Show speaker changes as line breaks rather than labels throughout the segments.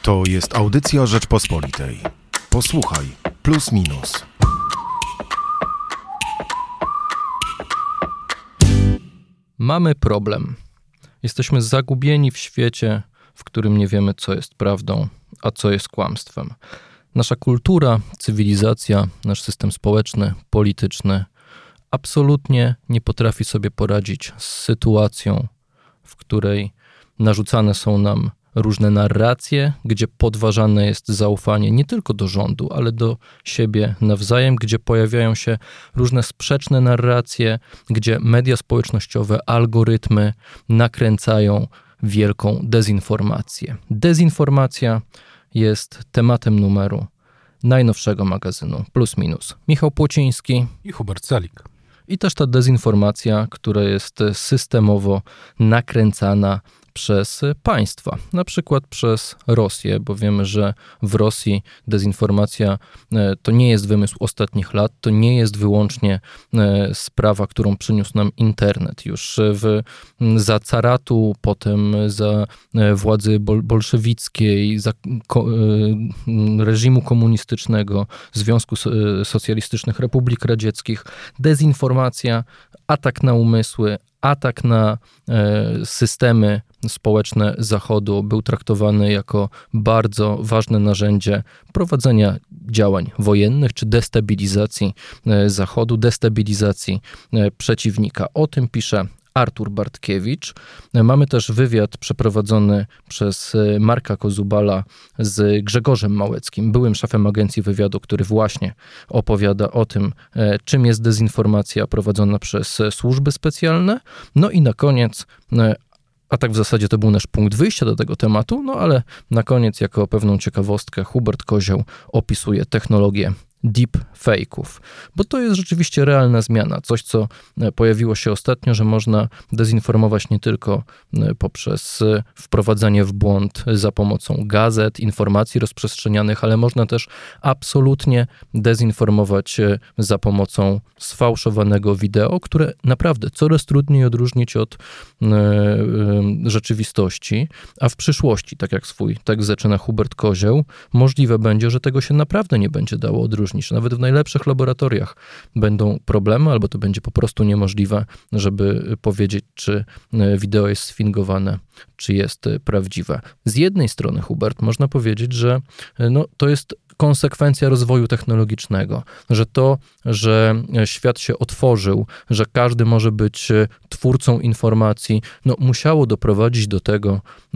To jest audycja Rzeczpospolitej. Posłuchaj, plus minus.
Mamy problem. Jesteśmy zagubieni w świecie, w którym nie wiemy, co jest prawdą, a co jest kłamstwem. Nasza kultura, cywilizacja, nasz system społeczny, polityczny absolutnie nie potrafi sobie poradzić z sytuacją, w której narzucane są nam różne narracje, gdzie podważane jest zaufanie nie tylko do rządu, ale do siebie nawzajem, gdzie pojawiają się różne sprzeczne narracje, gdzie media społecznościowe, algorytmy nakręcają wielką dezinformację. Dezinformacja jest tematem numeru najnowszego magazynu Plus Minus. Michał Płociński
i Hubert Celik.
I też ta dezinformacja, która jest systemowo nakręcana przez państwa, na przykład przez Rosję, bo wiemy, że w Rosji dezinformacja to nie jest wymysł ostatnich lat, to nie jest wyłącznie sprawa, którą przyniósł nam internet. Już za caratu, potem za władzy bolszewickiej, za reżimu komunistycznego, Związku Socjalistycznych Republik Radzieckich, dezinformacja, atak na umysły, atak na systemy społeczne Zachodu był traktowany jako bardzo ważne narzędzie prowadzenia działań wojennych czy destabilizacji Zachodu, destabilizacji przeciwnika. O tym pisze Artur Bartkiewicz. Mamy też wywiad przeprowadzony przez Marka Kozubala z Grzegorzem Małeckim, byłym szefem agencji wywiadu, który właśnie opowiada o tym, czym jest dezinformacja prowadzona przez służby specjalne. No i na koniec, a tak w zasadzie to był nasz punkt wyjścia do tego tematu, no ale na koniec jako pewną ciekawostkę Hubert Kozioł opisuje technologię deepfake'ów, bo to jest rzeczywiście realna zmiana, coś co pojawiło się ostatnio, że można dezinformować nie tylko poprzez wprowadzanie w błąd za pomocą gazet, informacji rozprzestrzenianych, ale można też absolutnie dezinformować za pomocą sfałszowanego wideo, które naprawdę coraz trudniej odróżnić od rzeczywistości, a w przyszłości, tak jak swój tekst zaczyna Hubert Kozioł, możliwe będzie, że tego się naprawdę nie będzie dało odróżnić. Nawet w najlepszych laboratoriach będą problemy, albo to będzie po prostu niemożliwe, żeby powiedzieć, czy wideo jest sfingowane, czy jest prawdziwe. Z jednej strony, Hubert, można powiedzieć, że to jest konsekwencja rozwoju technologicznego, że to, że świat się otworzył, że każdy może być twórcą informacji, musiało doprowadzić do tego,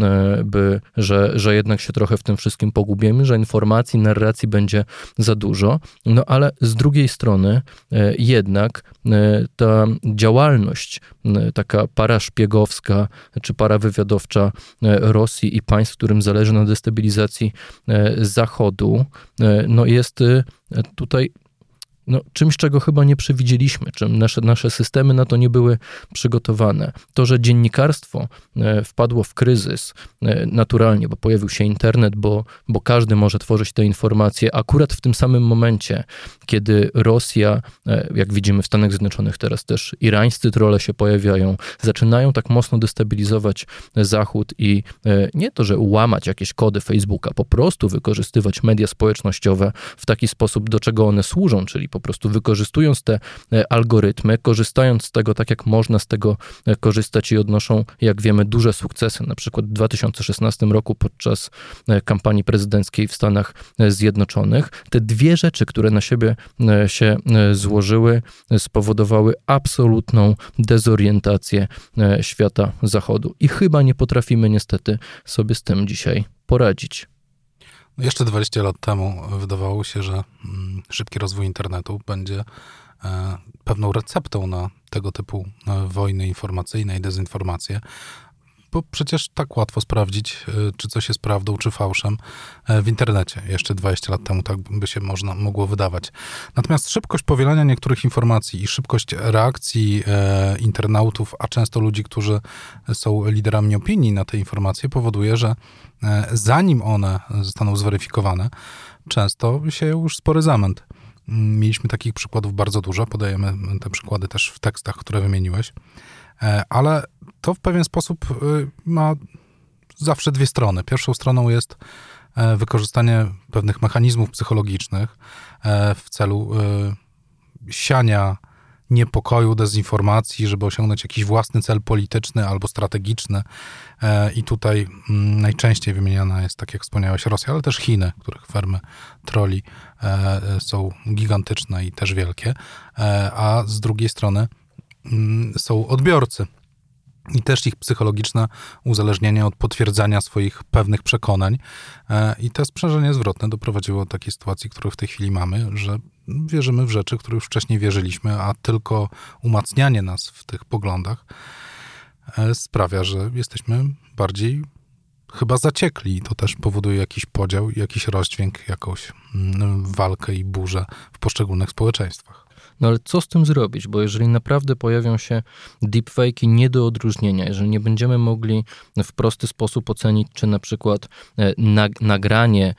że jednak się trochę w tym wszystkim pogubimy, że informacji, narracji będzie za dużo, ale z drugiej strony jednak ta działalność taka paraszpiegowska czy parawywiadowcza Rosji i państw, którym zależy na destabilizacji Zachodu, jest tutaj czymś, czego chyba nie przewidzieliśmy, czym nasze systemy na to nie były przygotowane. To, że dziennikarstwo wpadło w kryzys naturalnie, bo pojawił się internet, bo każdy może tworzyć te informacje, akurat w tym samym momencie, kiedy Rosja, jak widzimy w Stanach Zjednoczonych teraz też irańscy trolle się pojawiają, zaczynają tak mocno destabilizować Zachód i nie to, że łamać jakieś kody Facebooka, po prostu wykorzystywać media społecznościowe w taki sposób, do czego one służą, czyli po prostu wykorzystując te algorytmy, korzystając z tego tak, jak można z tego korzystać i odnoszą, jak wiemy, duże sukcesy. Na przykład w 2016 roku podczas kampanii prezydenckiej w Stanach Zjednoczonych. Te dwie rzeczy, które na siebie się złożyły, spowodowały absolutną dezorientację świata Zachodu. I chyba nie potrafimy niestety sobie z tym dzisiaj poradzić.
Jeszcze 20 lat temu wydawało się, że szybki rozwój internetu będzie pewną receptą na tego typu wojny informacyjne i dezinformacje, bo przecież tak łatwo sprawdzić, czy coś jest prawdą, czy fałszem w internecie. Jeszcze 20 lat temu tak by się mogło wydawać. Natomiast szybkość powielania niektórych informacji i szybkość reakcji internautów, a często ludzi, którzy są liderami opinii na te informacje, powoduje, że zanim one zostaną zweryfikowane, często się już spory zamęt. Mieliśmy takich przykładów bardzo dużo, podajemy te przykłady też w tekstach, które wymieniłeś, ale to w pewien sposób ma zawsze dwie strony. Pierwszą stroną jest wykorzystanie pewnych mechanizmów psychologicznych w celu siania niepokoju, dezinformacji, żeby osiągnąć jakiś własny cel polityczny albo strategiczny. I tutaj najczęściej wymieniana jest, tak jak wspomniałeś, Rosja, ale też Chiny, których fermy troli są gigantyczne i też wielkie, a z drugiej strony są odbiorcy. I też ich psychologiczne uzależnienie od potwierdzania swoich pewnych przekonań. I to sprzężenie zwrotne doprowadziło do takiej sytuacji, którą w tej chwili mamy, że wierzymy w rzeczy, które już wcześniej wierzyliśmy, a tylko umacnianie nas w tych poglądach sprawia, że jesteśmy bardziej chyba zaciekli. To też powoduje jakiś podział, jakiś rozdźwięk, jakąś walkę i burzę w poszczególnych społeczeństwach.
No ale co z tym zrobić? Bo jeżeli naprawdę pojawią się deepfake'i nie do odróżnienia, jeżeli nie będziemy mogli w prosty sposób ocenić, czy na przykład nagranie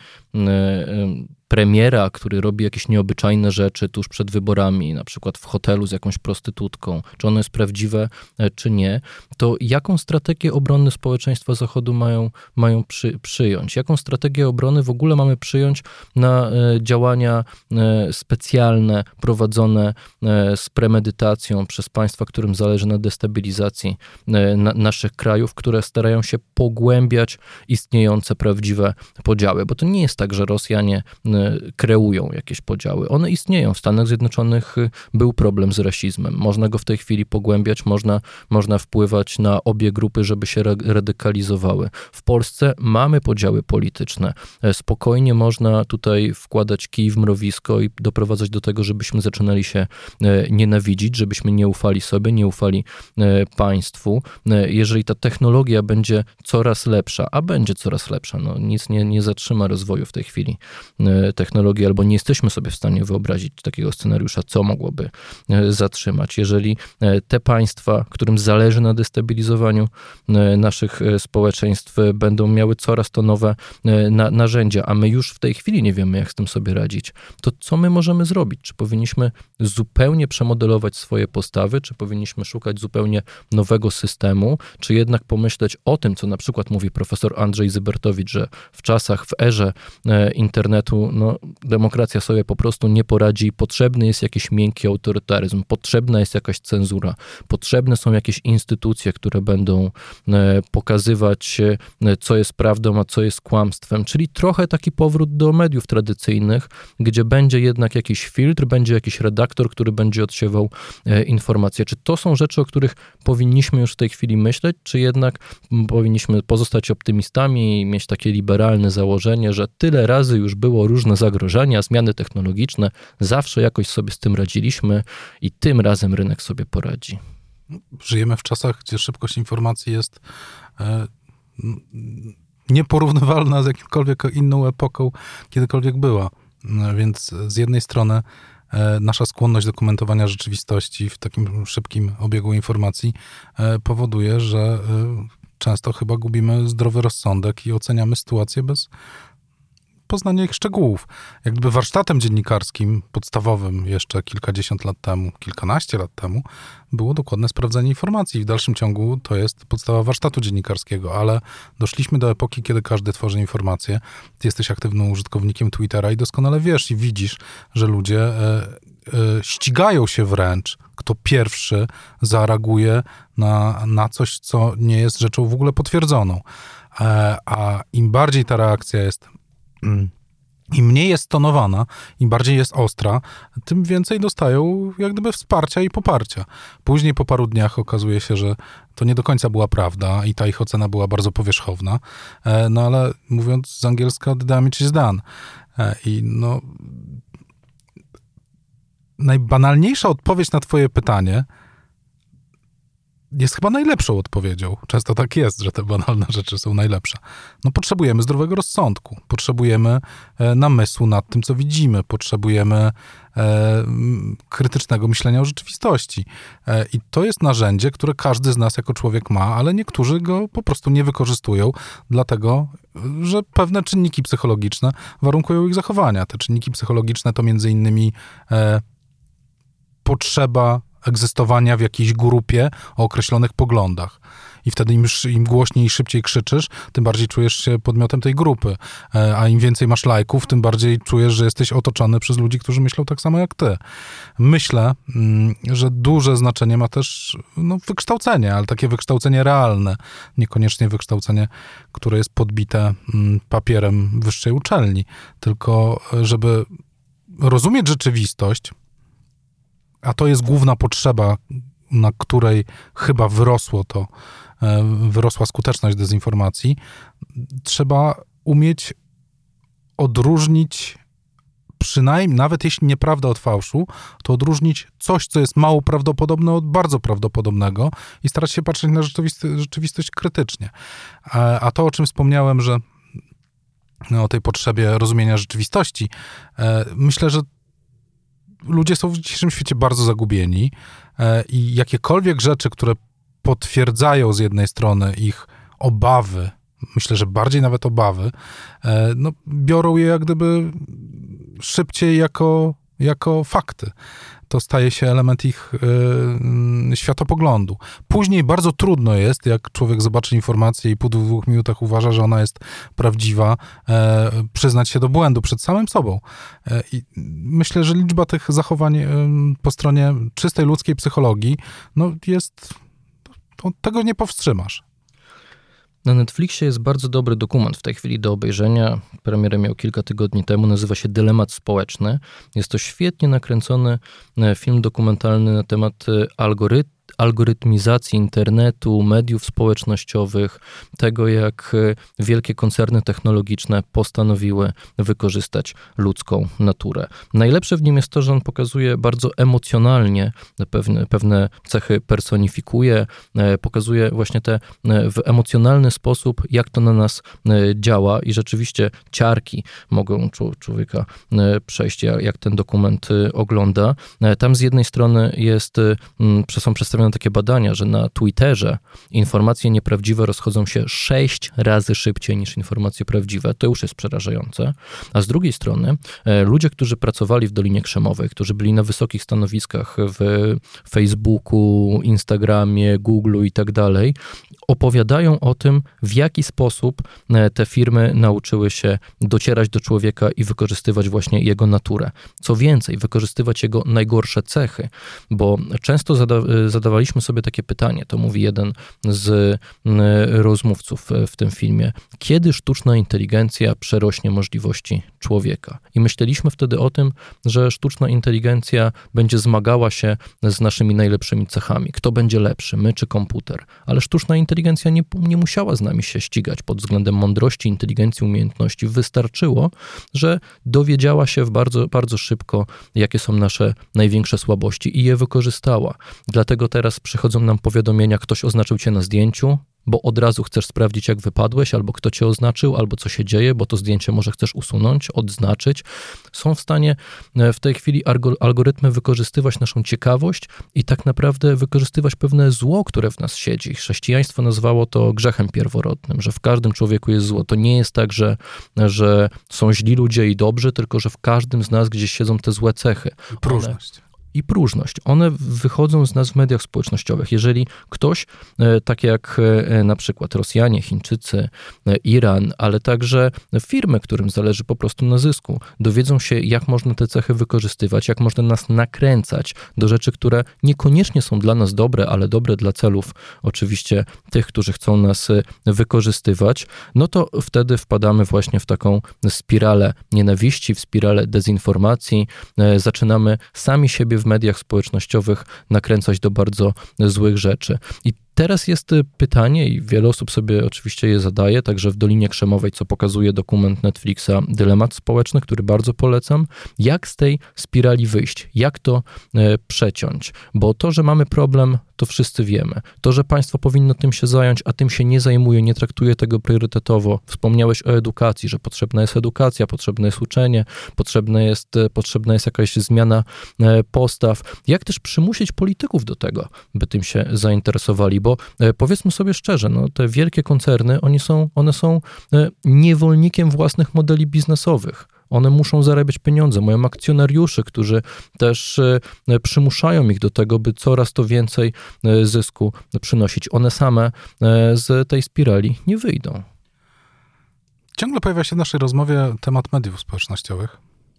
premiera, który robi jakieś nieobyczajne rzeczy tuż przed wyborami, na przykład w hotelu z jakąś prostytutką, czy ono jest prawdziwe, czy nie, to jaką strategię obrony społeczeństwa Zachodu mają przyjąć? Jaką strategię obrony w ogóle mamy przyjąć na działania specjalne, prowadzone z premedytacją przez państwa, którym zależy na destabilizacji naszych krajów, które starają się pogłębiać istniejące prawdziwe podziały? Bo to nie jest tak, że Rosjanie kreują jakieś podziały. One istnieją. W Stanach Zjednoczonych był problem z rasizmem. Można go w tej chwili pogłębiać, można wpływać na obie grupy, żeby się radykalizowały. W Polsce mamy podziały polityczne. Spokojnie można tutaj wkładać kij w mrowisko i doprowadzać do tego, żebyśmy zaczynali się nienawidzić, żebyśmy nie ufali sobie, nie ufali państwu. Jeżeli ta technologia będzie coraz lepsza, a będzie coraz lepsza, no nic nie zatrzyma rozwoju w tej chwili technologii, albo nie jesteśmy sobie w stanie wyobrazić takiego scenariusza, co mogłoby zatrzymać. Jeżeli te państwa, którym zależy na destabilizowaniu naszych społeczeństw, będą miały coraz to nowe narzędzia, a my już w tej chwili nie wiemy, jak z tym sobie radzić, to co my możemy zrobić? Czy powinniśmy zupełnie przemodelować swoje postawy, czy powinniśmy szukać zupełnie nowego systemu, czy jednak pomyśleć o tym, co na przykład mówi profesor Andrzej Zybertowicz, że w czasach, w erze internetu, no, demokracja sobie po prostu nie poradzi. Potrzebny jest jakiś miękki autorytaryzm, potrzebna jest jakaś cenzura, potrzebne są jakieś instytucje, które będą pokazywać, co jest prawdą, a co jest kłamstwem, czyli trochę taki powrót do mediów tradycyjnych, gdzie będzie jednak jakiś filtr, będzie jakiś redaktor, który będzie odsiewał informacje. Czy to są rzeczy, o których powinniśmy już w tej chwili myśleć, czy jednak powinniśmy pozostać optymistami i mieć takie liberalne założenie, że tyle razy już było różne zagrożenia, zmiany technologiczne, zawsze jakoś sobie z tym radziliśmy i tym razem rynek sobie poradzi.
Żyjemy w czasach, gdzie szybkość informacji jest nieporównywalna z jakimkolwiek inną epoką, kiedykolwiek była. Więc z jednej strony nasza skłonność do komentowania rzeczywistości w takim szybkim obiegu informacji powoduje, że często chyba gubimy zdrowy rozsądek i oceniamy sytuację bez poznania ich szczegółów. Jak gdyby warsztatem dziennikarskim, podstawowym jeszcze kilkadziesiąt lat temu, kilkanaście lat temu, było dokładne sprawdzenie informacji. W dalszym ciągu to jest podstawa warsztatu dziennikarskiego, ale doszliśmy do epoki, kiedy każdy tworzy informacje. Ty jesteś aktywnym użytkownikiem Twittera i doskonale wiesz i widzisz, że ludzie ścigają się wręcz, kto pierwszy zareaguje na coś, co nie jest rzeczą w ogóle potwierdzoną. A im bardziej ta reakcja jest, im mniej jest tonowana, im bardziej jest ostra, tym więcej dostają jak gdyby wsparcia i poparcia. Później po paru dniach okazuje się, że to nie do końca była prawda i ta ich ocena była bardzo powierzchowna, no ale mówiąc z angielska, the damage is done. I no, najbanalniejsza odpowiedź na twoje pytanie jest chyba najlepszą odpowiedzią. Często tak jest, że te banalne rzeczy są najlepsze. No potrzebujemy zdrowego rozsądku, potrzebujemy namysłu nad tym, co widzimy, potrzebujemy krytycznego myślenia o rzeczywistości. I to jest narzędzie, które każdy z nas jako człowiek ma, ale niektórzy go po prostu nie wykorzystują, dlatego, że pewne czynniki psychologiczne warunkują ich zachowania. Te czynniki psychologiczne to między innymi potrzeba egzystowania w jakiejś grupie o określonych poglądach. I wtedy im głośniej i szybciej krzyczysz, tym bardziej czujesz się podmiotem tej grupy. A im więcej masz lajków, tym bardziej czujesz, że jesteś otoczony przez ludzi, którzy myślą tak samo jak ty. Myślę, że duże znaczenie ma też wykształcenie, ale takie wykształcenie realne. Niekoniecznie wykształcenie, które jest podbite papierem wyższej uczelni. Tylko żeby rozumieć rzeczywistość, a to jest główna potrzeba, na której chyba wyrosła skuteczność dezinformacji, trzeba umieć odróżnić, przynajmniej, nawet jeśli nieprawda od fałszu, to odróżnić coś, co jest mało prawdopodobne od bardzo prawdopodobnego i starać się patrzeć na rzeczywistość krytycznie. A to, o czym wspomniałem, że o tej potrzebie rozumienia rzeczywistości, myślę, że ludzie są w dzisiejszym świecie bardzo zagubieni i jakiekolwiek rzeczy, które potwierdzają z jednej strony ich obawy, myślę, że bardziej nawet obawy, biorą je jak gdyby szybciej jako fakty. To staje się element ich światopoglądu. Później bardzo trudno jest, jak człowiek zobaczy informację i po 2 minutach uważa, że ona jest prawdziwa, przyznać się do błędu przed samym sobą. I myślę, że liczba tych zachowań po stronie czystej ludzkiej psychologii jest... Tego nie powstrzymasz.
Na Netflixie jest bardzo dobry dokument w tej chwili do obejrzenia. Premierę miał kilka tygodni temu. Nazywa się Dylemat społeczny. Jest to świetnie nakręcony film dokumentalny na temat algorytmizacji internetu, mediów społecznościowych, tego jak wielkie koncerny technologiczne postanowiły wykorzystać ludzką naturę. Najlepsze w nim jest to, że on pokazuje bardzo emocjonalnie pewne cechy, personifikuje, pokazuje właśnie w emocjonalny sposób, jak to na nas działa i rzeczywiście ciarki mogą człowieka przejść, jak ten dokument ogląda. Tam z jednej strony są przedstawione takie badania, że na Twitterze informacje nieprawdziwe rozchodzą się 6 razy szybciej niż informacje prawdziwe. To już jest przerażające. A z drugiej strony ludzie, którzy pracowali w Dolinie Krzemowej, którzy byli na wysokich stanowiskach w Facebooku, Instagramie, Google'u i tak dalej, opowiadają o tym, w jaki sposób te firmy nauczyły się docierać do człowieka i wykorzystywać właśnie jego naturę. Co więcej, wykorzystywać jego najgorsze cechy, bo często zadawaliśmy sobie takie pytanie, to mówi jeden z rozmówców w tym filmie, kiedy sztuczna inteligencja przerośnie możliwości człowieka? I myśleliśmy wtedy o tym, że sztuczna inteligencja będzie zmagała się z naszymi najlepszymi cechami. Kto będzie lepszy, my czy komputer? Ale sztuczna inteligencja nie musiała z nami się ścigać pod względem mądrości, inteligencji, umiejętności. Wystarczyło, że dowiedziała się bardzo, bardzo szybko, jakie są nasze największe słabości i je wykorzystała. Dlatego teraz przychodzą nam powiadomienia, ktoś oznaczył cię na zdjęciu, bo od razu chcesz sprawdzić, jak wypadłeś, albo kto cię oznaczył, albo co się dzieje, bo to zdjęcie może chcesz usunąć, odznaczyć. Są w stanie w tej chwili algorytmy wykorzystywać naszą ciekawość i tak naprawdę wykorzystywać pewne zło, które w nas siedzi. Chrześcijaństwo nazwało to grzechem pierworodnym, że w każdym człowieku jest zło. To nie jest tak, że są źli ludzie i dobrzy, tylko że w każdym z nas gdzieś siedzą te złe cechy.
Próżność.
I próżność. One wychodzą z nas w mediach społecznościowych. Jeżeli ktoś, tak jak na przykład Rosjanie, Chińczycy, Iran, ale także firmy, którym zależy po prostu na zysku, dowiedzą się, jak można te cechy wykorzystywać, jak można nas nakręcać do rzeczy, które niekoniecznie są dla nas dobre, ale dobre dla celów oczywiście tych, którzy chcą nas wykorzystywać, no to wtedy wpadamy właśnie w taką spiralę nienawiści, w spiralę dezinformacji. Zaczynamy sami siebie w mediach społecznościowych nakręcać do bardzo złych rzeczy. I teraz jest pytanie, i wiele osób sobie oczywiście je zadaje, także w Dolinie Krzemowej, co pokazuje dokument Netflixa Dylemat społeczny, który bardzo polecam, jak z tej spirali wyjść, jak to przeciąć, bo to, że mamy problem, to wszyscy wiemy. To, że państwo powinno tym się zająć, a tym się nie zajmuje, nie traktuje tego priorytetowo. Wspomniałeś o edukacji, że potrzebna jest edukacja, potrzebne jest uczenie, potrzebna jest jakaś zmiana postaw. Jak też przymusić polityków do tego, by tym się zainteresowali, bo powiedzmy sobie szczerze, no, te wielkie koncerny, one są niewolnikiem własnych modeli biznesowych. One muszą zarabiać pieniądze, mają akcjonariuszy, którzy też przymuszają ich do tego, by coraz to więcej zysku przynosić. One same z tej spirali nie wyjdą.
Ciągle pojawia się w naszej rozmowie temat mediów społecznościowych.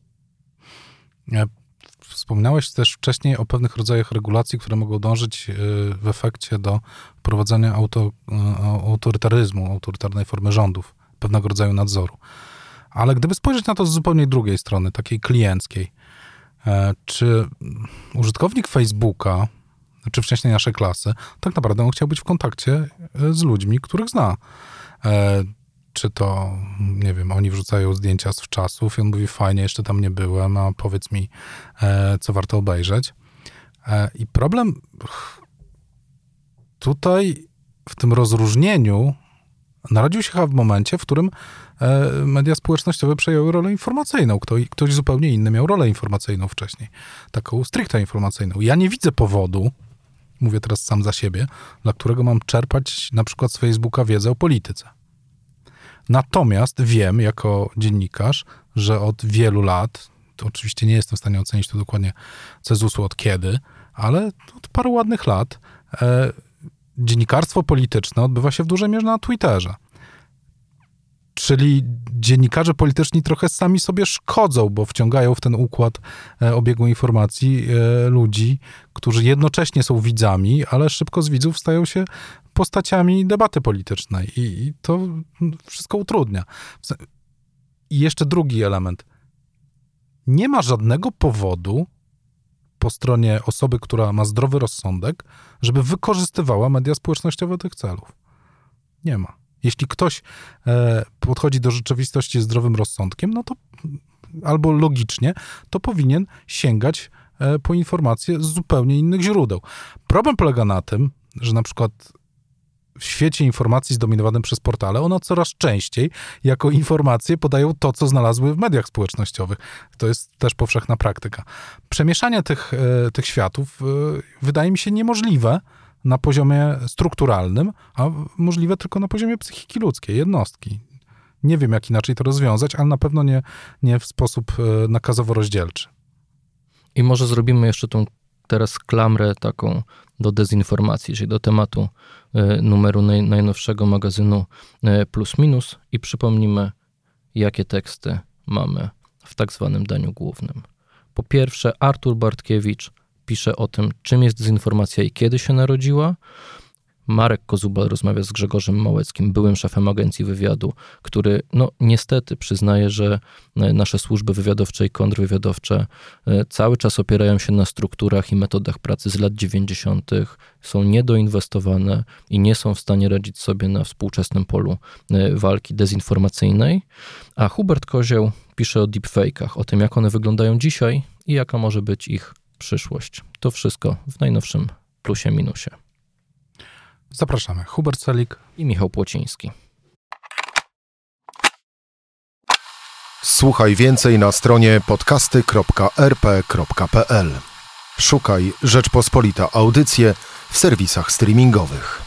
Wspominałeś też wcześniej o pewnych rodzajach regulacji, które mogą dążyć w efekcie do wprowadzania autorytaryzmu, autorytarnej formy rządów, pewnego rodzaju nadzoru. Ale gdyby spojrzeć na to z zupełnie drugiej strony, takiej klienckiej, czy użytkownik Facebooka, czy wcześniej naszej klasy, tak naprawdę on chciał być w kontakcie z ludźmi, których zna. Czy to, nie wiem, oni wrzucają zdjęcia z wczasów i on mówi, fajnie, jeszcze tam nie byłem, a powiedz mi, co warto obejrzeć. I problem tutaj w tym rozróżnieniu narodził się chyba w momencie, w którym media społecznościowe przejęły rolę informacyjną. Ktoś zupełnie inny miał rolę informacyjną wcześniej, taką stricte informacyjną. Ja nie widzę powodu, mówię teraz sam za siebie, dla którego mam czerpać na przykład z Facebooka wiedzę o polityce. Natomiast wiem jako dziennikarz, że od wielu lat, to oczywiście nie jestem w stanie ocenić to dokładnie cezusu od kiedy, ale od paru ładnych lat dziennikarstwo polityczne odbywa się w dużej mierze na Twitterze. Czyli dziennikarze polityczni trochę sami sobie szkodzą, bo wciągają w ten układ obiegu informacji ludzi, którzy jednocześnie są widzami, ale szybko z widzów stają się postaciami debaty politycznej i to wszystko utrudnia. I jeszcze drugi element. Nie ma żadnego powodu po stronie osoby, która ma zdrowy rozsądek, żeby wykorzystywała media społecznościowe do tych celów. Nie ma. Jeśli ktoś podchodzi do rzeczywistości zdrowym rozsądkiem, no to albo logicznie, to powinien sięgać po informacje z zupełnie innych źródeł. Problem polega na tym, że na przykład w świecie informacji zdominowanym przez portale, one coraz częściej jako informacje podają to, co znalazły w mediach społecznościowych. To jest też powszechna praktyka. Przemieszanie tych światów wydaje mi się niemożliwe na poziomie strukturalnym, a możliwe tylko na poziomie psychiki ludzkiej, jednostki. Nie wiem, jak inaczej to rozwiązać, ale na pewno nie w sposób nakazowo-rozdzielczy.
I może zrobimy jeszcze tą teraz klamrę taką do dezinformacji, czyli do tematu numeru najnowszego magazynu Plus Minus i przypomnimy, jakie teksty mamy w tak zwanym daniu głównym. Po pierwsze, Artur Bartkiewicz pisze o tym, czym jest dezinformacja i kiedy się narodziła. Marek Kozubal rozmawia z Grzegorzem Małeckim, byłym szefem agencji wywiadu, który niestety przyznaje, że nasze służby wywiadowcze i kontrwywiadowcze cały czas opierają się na strukturach i metodach pracy z lat 90., są niedoinwestowane i nie są w stanie radzić sobie na współczesnym polu walki dezinformacyjnej. A Hubert Kozioł pisze o deepfake'ach, o tym, jak one wyglądają dzisiaj i jaka może być ich przyszłość. To wszystko w najnowszym Plusie Minusie.
Zapraszamy. Hubert Celik
i Michał Płociński.
Słuchaj więcej na stronie podcasty.rp.pl. Szukaj Rzeczpospolita Audycje w serwisach streamingowych.